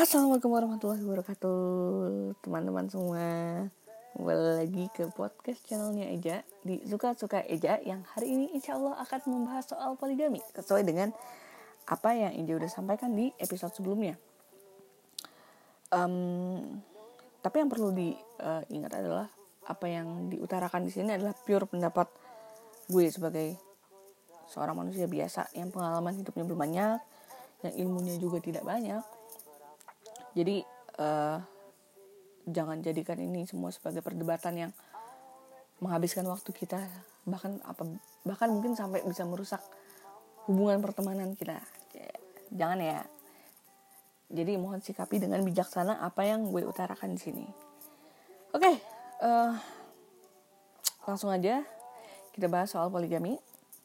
Assalamualaikum warahmatullahi wabarakatuh, teman-teman semua. Kembali lagi ke podcast channelnya Eja di Suka-Suka Eja, yang hari ini insya Allah akan membahas soal poligami sesuai dengan apa yang Eja udah sampaikan di episode sebelumnya. Tapi yang perlu diingat adalah apa yang diutarakan di sini adalah pure pendapat gue sebagai seorang manusia biasa yang pengalaman hidupnya belum banyak, yang ilmunya juga tidak banyak. Jadi jangan jadikan ini semua sebagai perdebatan yang menghabiskan waktu kita, bahkan mungkin sampai bisa merusak hubungan pertemanan kita. Jangan ya. Jadi mohon sikapi dengan bijaksana apa yang gue utarakan di sini. Oke, langsung aja kita bahas soal poligami.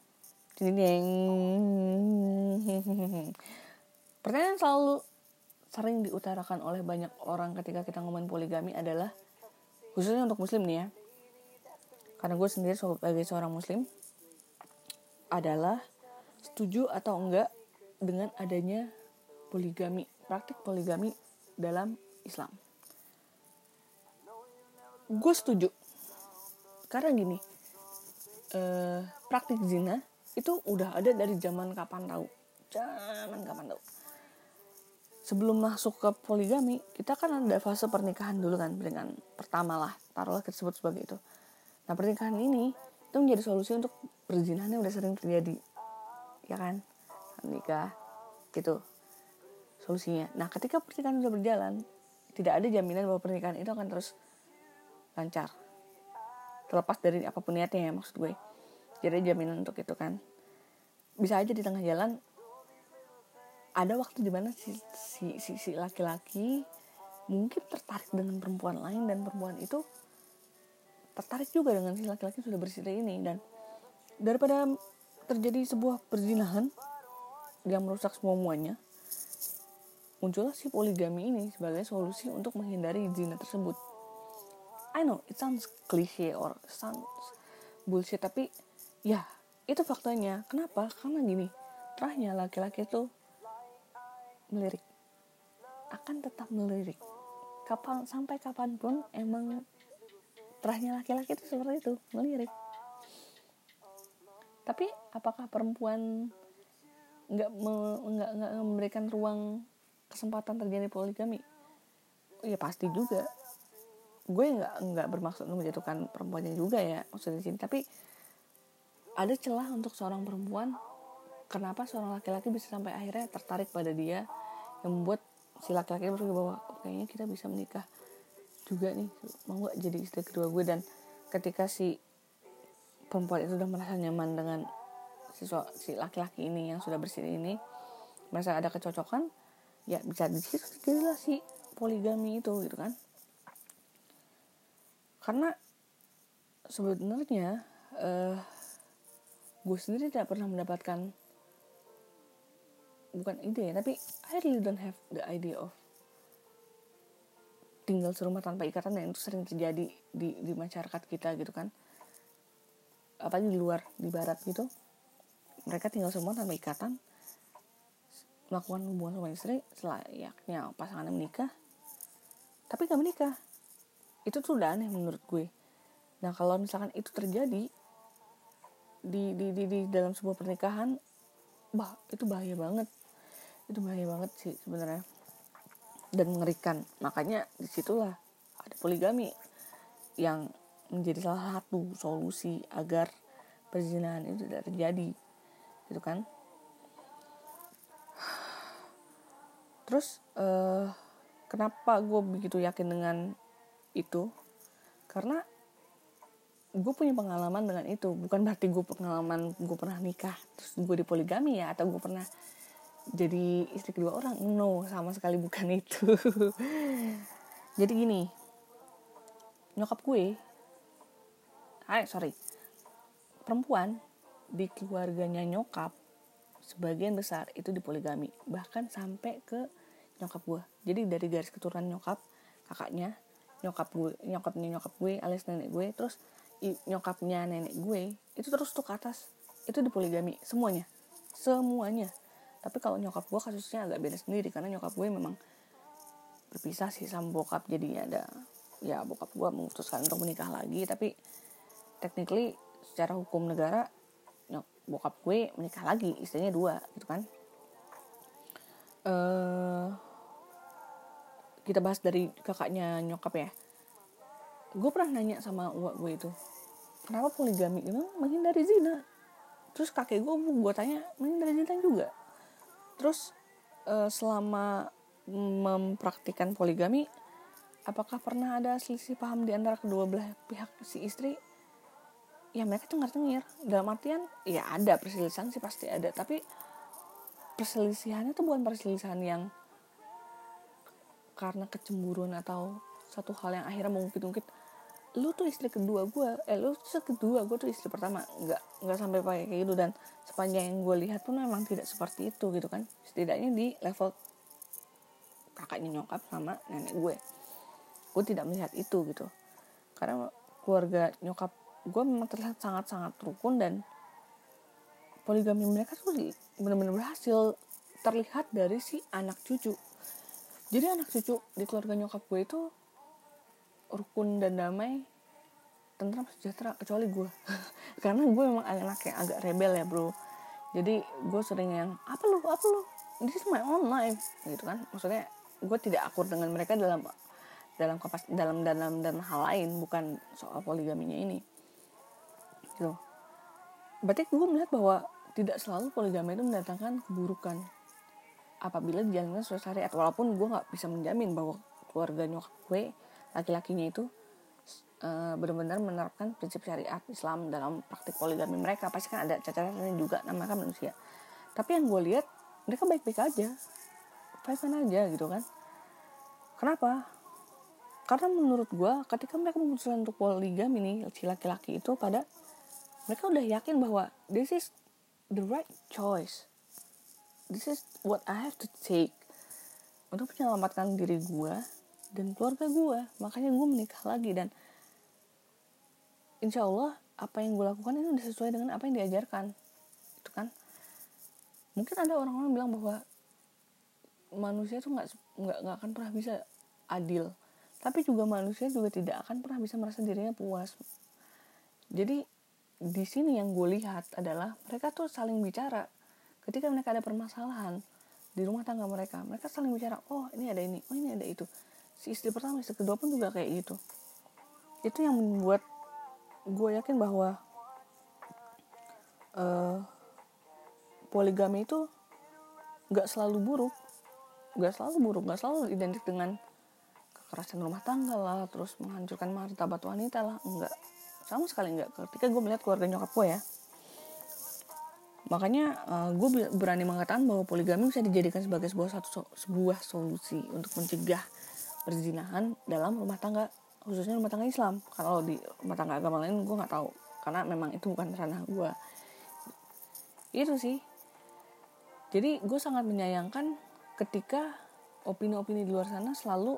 Pertanyaan selalu sering diutarakan oleh banyak orang ketika kita ngomongin poligami adalah, khususnya untuk muslim nih ya, karena gue sendiri sebagai seorang muslim, adalah setuju atau enggak dengan adanya poligami, praktik poligami dalam Islam. Gue setuju, karena gini, praktik zina itu udah ada dari zaman kapan tahu. Sebelum masuk ke poligami, kita kan ada fase pernikahan dulu kan, pernikahan pertama lah, taruhlah kita sebut sebagai itu. Nah, pernikahan ini itu menjadi solusi untuk perzinahan yang udah sering terjadi, ya kan? Nikah, gitu solusinya. Nah, ketika pernikahan sudah berjalan, tidak ada jaminan bahwa pernikahan itu akan terus lancar, terlepas dari apapun niatnya ya, maksud gue. Jadi ada jaminan untuk itu kan. Bisa aja di tengah jalan ada waktu di mana si laki-laki mungkin tertarik dengan perempuan lain, dan perempuan itu tertarik juga dengan si laki-laki sudah bersiri ini, dan daripada terjadi sebuah perzinahan yang merusak semuanya, muncullah si poligami ini sebagai solusi untuk menghindari zina tersebut. I know it sounds cliche or sounds bullshit, tapi ya itu faktanya. Kenapa? Karena gini, terahnya laki-laki itu melirik, akan tetap melirik sampai kapanpun. Emang terahnya laki-laki itu seperti itu, melirik. Tapi apakah perempuan nggak memberikan ruang kesempatan terjadi poligami? Ya pasti juga. Gue nggak bermaksud menjatuhkan perempuannya juga ya, maksudnya di sini. Tapi ada celah untuk seorang perempuan. Kenapa seorang laki-laki bisa sampai akhirnya tertarik pada dia, yang membuat si laki-laki berpikir bahwa kayaknya kita bisa menikah juga nih, mau gak jadi istri kedua gue. Dan ketika si perempuan itu udah merasa nyaman dengan si laki-laki ini yang sudah bersih ini, merasa ada kecocokan, ya bisa di situ jadilah si poligami itu gitu kan. Karena sebenarnya gue sendiri tidak pernah mendapatkan, bukan ide ya, tapi I really don't have the idea of tinggal serumah tanpa ikatan, yang itu sering terjadi di masyarakat kita gitu kan. Apalagi di luar, di barat gitu, mereka tinggal serumah tanpa ikatan, melakukan hubungan suami istri selayaknya pasangannya menikah, tapi gak menikah. Itu tuh udah aneh menurut gue. Nah, kalau misalkan itu terjadi di dalam sebuah pernikahan, itu bahaya banget. Itu bahaya banget sih sebenarnya, dan mengerikan. Makanya disitulah ada poligami yang menjadi salah satu solusi agar perzinahan itu tidak terjadi, gitu kan. Terus kenapa gue begitu yakin dengan itu? Karena gue punya pengalaman dengan itu. Bukan berarti gue pernah nikah terus gue dipoligami ya, atau gue pernah jadi istri kedua orang. No, sama sekali bukan itu. Jadi gini, nyokap gue, perempuan di keluarganya nyokap sebagian besar itu dipoligami, bahkan sampai ke nyokap gue. Jadi dari garis keturunan nyokap, kakaknya nyokapnya nyokap gue alias nenek gue, terus nyokapnya nenek gue, itu terus tuh ke atas, itu dipoligami semuanya. Tapi kalau nyokap gue kasusnya agak beda sendiri, karena nyokap gue memang berpisah sih sama bokap. Jadinya ada, ya bokap gue memutuskan untuk menikah lagi. Tapi technically secara hukum negara bokap gue menikah lagi, istrinya 2 gitu kan. Kita bahas dari kakaknya nyokap ya. Gue pernah nanya sama uak gue itu, kenapa poligami? Itu menghindari zina. Terus kakek gue tanya, menghindari zina juga. Terus selama mempraktikkan poligami, apakah pernah ada selisih paham di antara kedua belah pihak si istri? Ya mereka cengar-cengir. Dalam artian, ya ada perselisihan sih pasti ada. Tapi perselisihannya tuh bukan perselisihan yang karena kecemburuan atau satu hal yang akhirnya mengungkit-ungkit, lu tuh istri kedua gue, lu tuh kedua, gue tuh istri pertama. Nggak sampai kayak gitu. Dan sepanjang yang gue lihat pun memang tidak seperti itu gitu kan. Setidaknya di level kakaknya nyokap sama nenek gue tidak melihat itu gitu. Karena keluarga nyokap gue memang terlihat sangat-sangat rukun, dan poligami mereka tuh benar-benar berhasil terlihat dari si anak cucu. Jadi anak cucu di keluarga nyokap gue itu rukun dan damai, tentram, sejahtera, kecuali gue. Karena gue memang anak yang agak rebel ya bro. Jadi gue sering yang apa lu this is my own life gitu kan. Maksudnya gue tidak akur dengan mereka dalam hal lain, bukan soal poligaminya ini gitu. Berarti gue melihat bahwa tidak selalu poligami itu mendatangkan keburukan apabila dijalankan sesuai syariat. Walaupun gue nggak bisa menjamin bahwa keluarga nyokap gue laki-lakinya itu benar-benar menerapkan prinsip syariat Islam dalam praktik poligami mereka. Pasti kan ada cacatannya juga, namanya kan manusia. Tapi yang gue lihat mereka baik-baik aja, fine-fine aja gitu kan. Kenapa? Karena menurut gue ketika mereka memutuskan untuk poligami nih, si laki-laki itu mereka udah yakin bahwa this is the right choice, this is what I have to take untuk menyelamatkan diri gue dan keluarga gue. Makanya gue menikah lagi, dan insya Allah apa yang gue lakukan itu udah sesuai dengan apa yang diajarkan itu kan. Mungkin ada orang-orang bilang bahwa manusia tuh nggak akan pernah bisa adil, tapi juga manusia juga tidak akan pernah bisa merasa dirinya puas. Jadi di sini yang gue lihat adalah mereka tuh saling bicara. Ketika mereka ada permasalahan di rumah tangga mereka saling bicara. Oh ini ada ini, oh ini ada itu. Si istri pertama, istri kedua pun juga kayak gitu. Itu yang membuat gue yakin bahwa poligami itu nggak selalu buruk, nggak selalu identik dengan kekerasan rumah tangga lah, terus menghancurkan martabat wanita lah. Enggak, sama sekali enggak. Ketika gue melihat keluarga nyokap gue ya, makanya gue berani mengatakan bahwa poligami bisa dijadikan sebagai sebuah solusi untuk mencegah perzinahan dalam rumah tangga, khususnya rumah tangga Islam. Kalau di rumah tangga agama lain gue nggak tahu, karena memang itu bukan ranah gue. Itu sih. Jadi gue sangat menyayangkan ketika opini-opini di luar sana selalu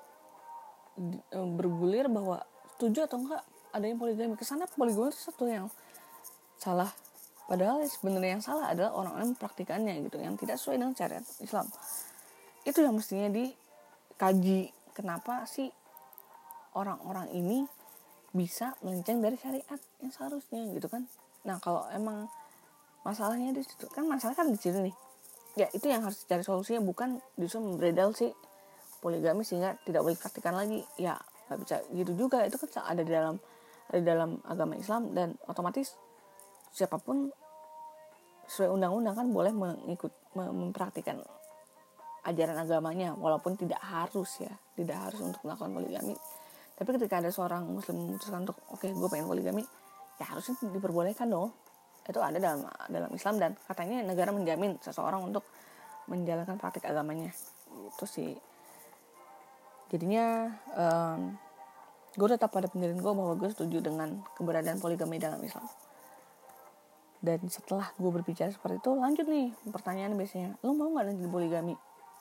bergulir bahwa setuju atau enggak adanya poligami. Kesana poligami itu satu yang salah. Padahal sebenarnya yang salah adalah orang-orang mempraktikannya gitu, yang tidak sesuai dengan syariat Islam. Itu yang mestinya dikaji. Kenapa sih orang-orang ini bisa melenceng dari syariat yang seharusnya gitu kan. Nah kalau emang masalahnya di situ kan, masalah kan di situ nih. Ya itu yang harus dicari solusinya, bukan justru membredel sih poligami sehingga tidak boleh dipraktikkan lagi. Ya nggak bisa gitu juga. Itu kan ada di dalam agama Islam, dan otomatis siapapun sesuai undang-undang kan boleh mempraktikkan ajaran agamanya, walaupun tidak harus untuk melakukan poligami. Tapi ketika ada seorang muslim memutuskan untuk oke, gue pengen poligami, ya harusnya diperbolehkan dong. Itu ada dalam Islam, dan katanya negara menjamin seseorang untuk menjalankan praktik agamanya. Itu sih. Jadinya gue tetap pada pendirian gue bahwa gue setuju dengan keberadaan poligami dalam Islam. Dan setelah gue berbicara seperti itu, lanjut nih pertanyaan biasanya, lo mau gak lanjut poligami?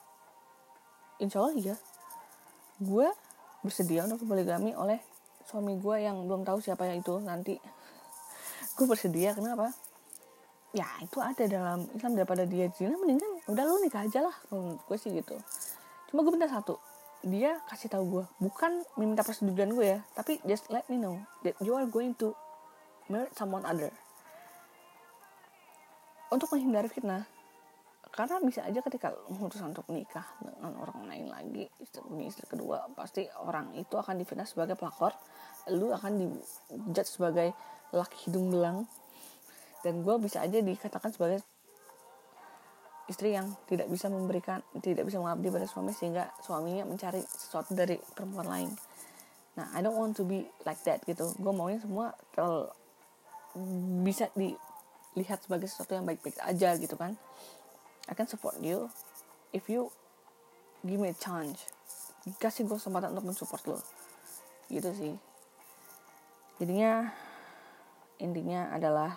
Insya Allah iya, gue bersedia untuk poligami oleh suami gue yang belum tahu siapa itu nanti. Gue bersedia. Kenapa? Ya itu ada dalam Islam, daripada dia zina mendingan udah lo nikah aja lah. Gue sih gitu. Cuma gue minta satu, dia kasih tahu gue, bukan minta persetujuan gue ya, tapi just let me know that you are going to marry someone other, untuk menghindari fitnah. Karena bisa aja ketika memutuskan untuk nikah dengan orang lain lagi, istri kedua, pasti orang itu akan difitnah sebagai pelakor, lu akan dijudge sebagai laki hidung belang, dan gue bisa aja dikatakan sebagai istri yang tidak bisa mengabdi pada suami sehingga suaminya mencari sesuatu dari perempuan lain. Nah, I don't want to be like that gitu. Gue maunya semua bisa dilihat sebagai sesuatu yang baik-baik aja gitu kan. I can support you if you give me a chance. Kasih gue kesempatan untuk mensupport lo. Gitu sih. Jadinya intinya adalah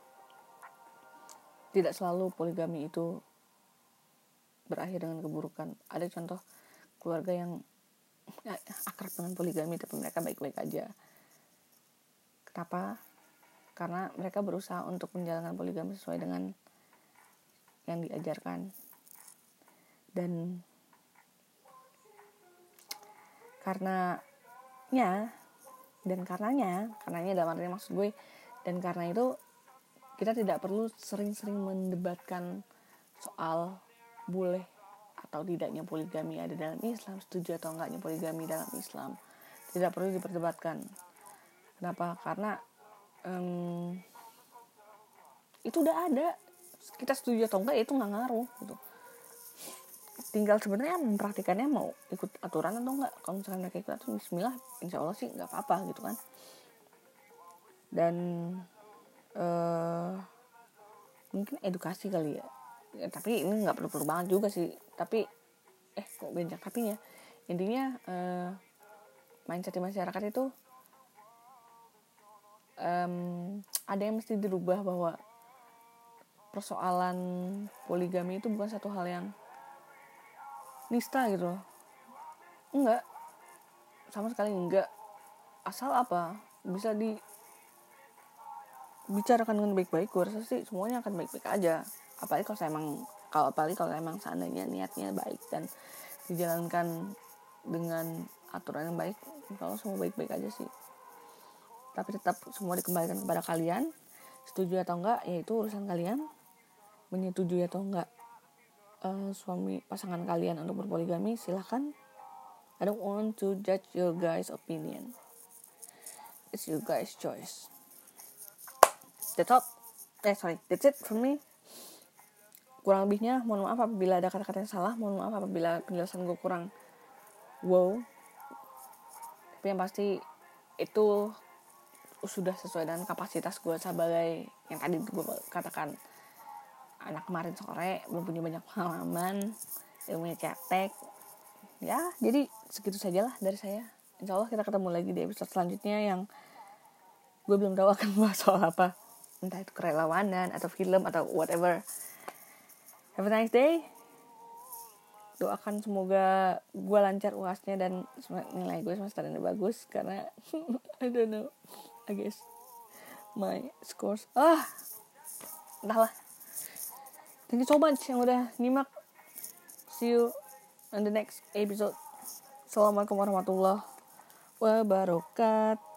tidak selalu poligami itu berakhir dengan keburukan. Ada contoh keluarga yang akrab dengan poligami tapi mereka baik-baik aja. Kenapa? Karena mereka berusaha untuk menjalankan poligami sesuai dengan yang diajarkan. Dan karenanya dalam artinya maksud gue, dan karena itu kita tidak perlu sering-sering mendebatkan soal boleh atau tidaknya poligami ada dalam Islam, setuju atau enggaknya poligami dalam Islam, tidak perlu diperdebatkan. Kenapa? Karena itu udah ada, kita setuju atau enggak itu nggak ngaruh gitu. Tinggal sebenarnya mempraktikannya mau ikut aturan atau enggak. Kalau misalnya mereka ikut aturan, bismillah, insya Allah sih nggak apa-apa gitu kan. Dan mungkin edukasi kali ya, tapi ini nggak perlu banget juga sih. Tapi kok banyak tapinya. Intinya mindset di masyarakat itu ada yang mesti dirubah, bahwa persoalan poligami itu bukan satu hal yang nista gitu loh. Enggak, sama sekali enggak. Asal apa bisa dibicarakan dengan baik-baik, gue rasa sih semuanya akan baik-baik aja. Apalagi kalau emang seandainya niatnya baik dan dijalankan dengan aturan yang baik, kalau semua baik-baik aja sih. Tapi tetap semua dikembalikan kepada kalian, setuju atau enggak yaitu urusan kalian. Menyetujui atau enggak suami pasangan kalian untuk berpoligami, silahkan. I don't want to judge your guys' opinion. It's your guys' choice. That's it from me. Kurang lebihnya mohon maaf apabila ada kata-kata yang salah, mohon maaf apabila penjelasan gue kurang wow. Tapi yang pasti itu sudah sesuai dengan kapasitas gue sebagai yang tadi gue katakan, anak kemarin sore, belum punya banyak pengalaman, ilmunya cetek. Ya, jadi segitu sajalah dari saya. Insya Allah kita ketemu lagi di episode selanjutnya yang gue belum tahu akan bahas soal apa. Entah itu kerelawanan atau film atau whatever. Have a nice day. Doakan semoga gue lancar UASnya dan nilai gue semesternya bagus. Karena I don't know, I guess my scores entahlah. Thank you so much yang udah nyimak. See you on the next episode. Assalamualaikum warahmatullahi wabarakatuh.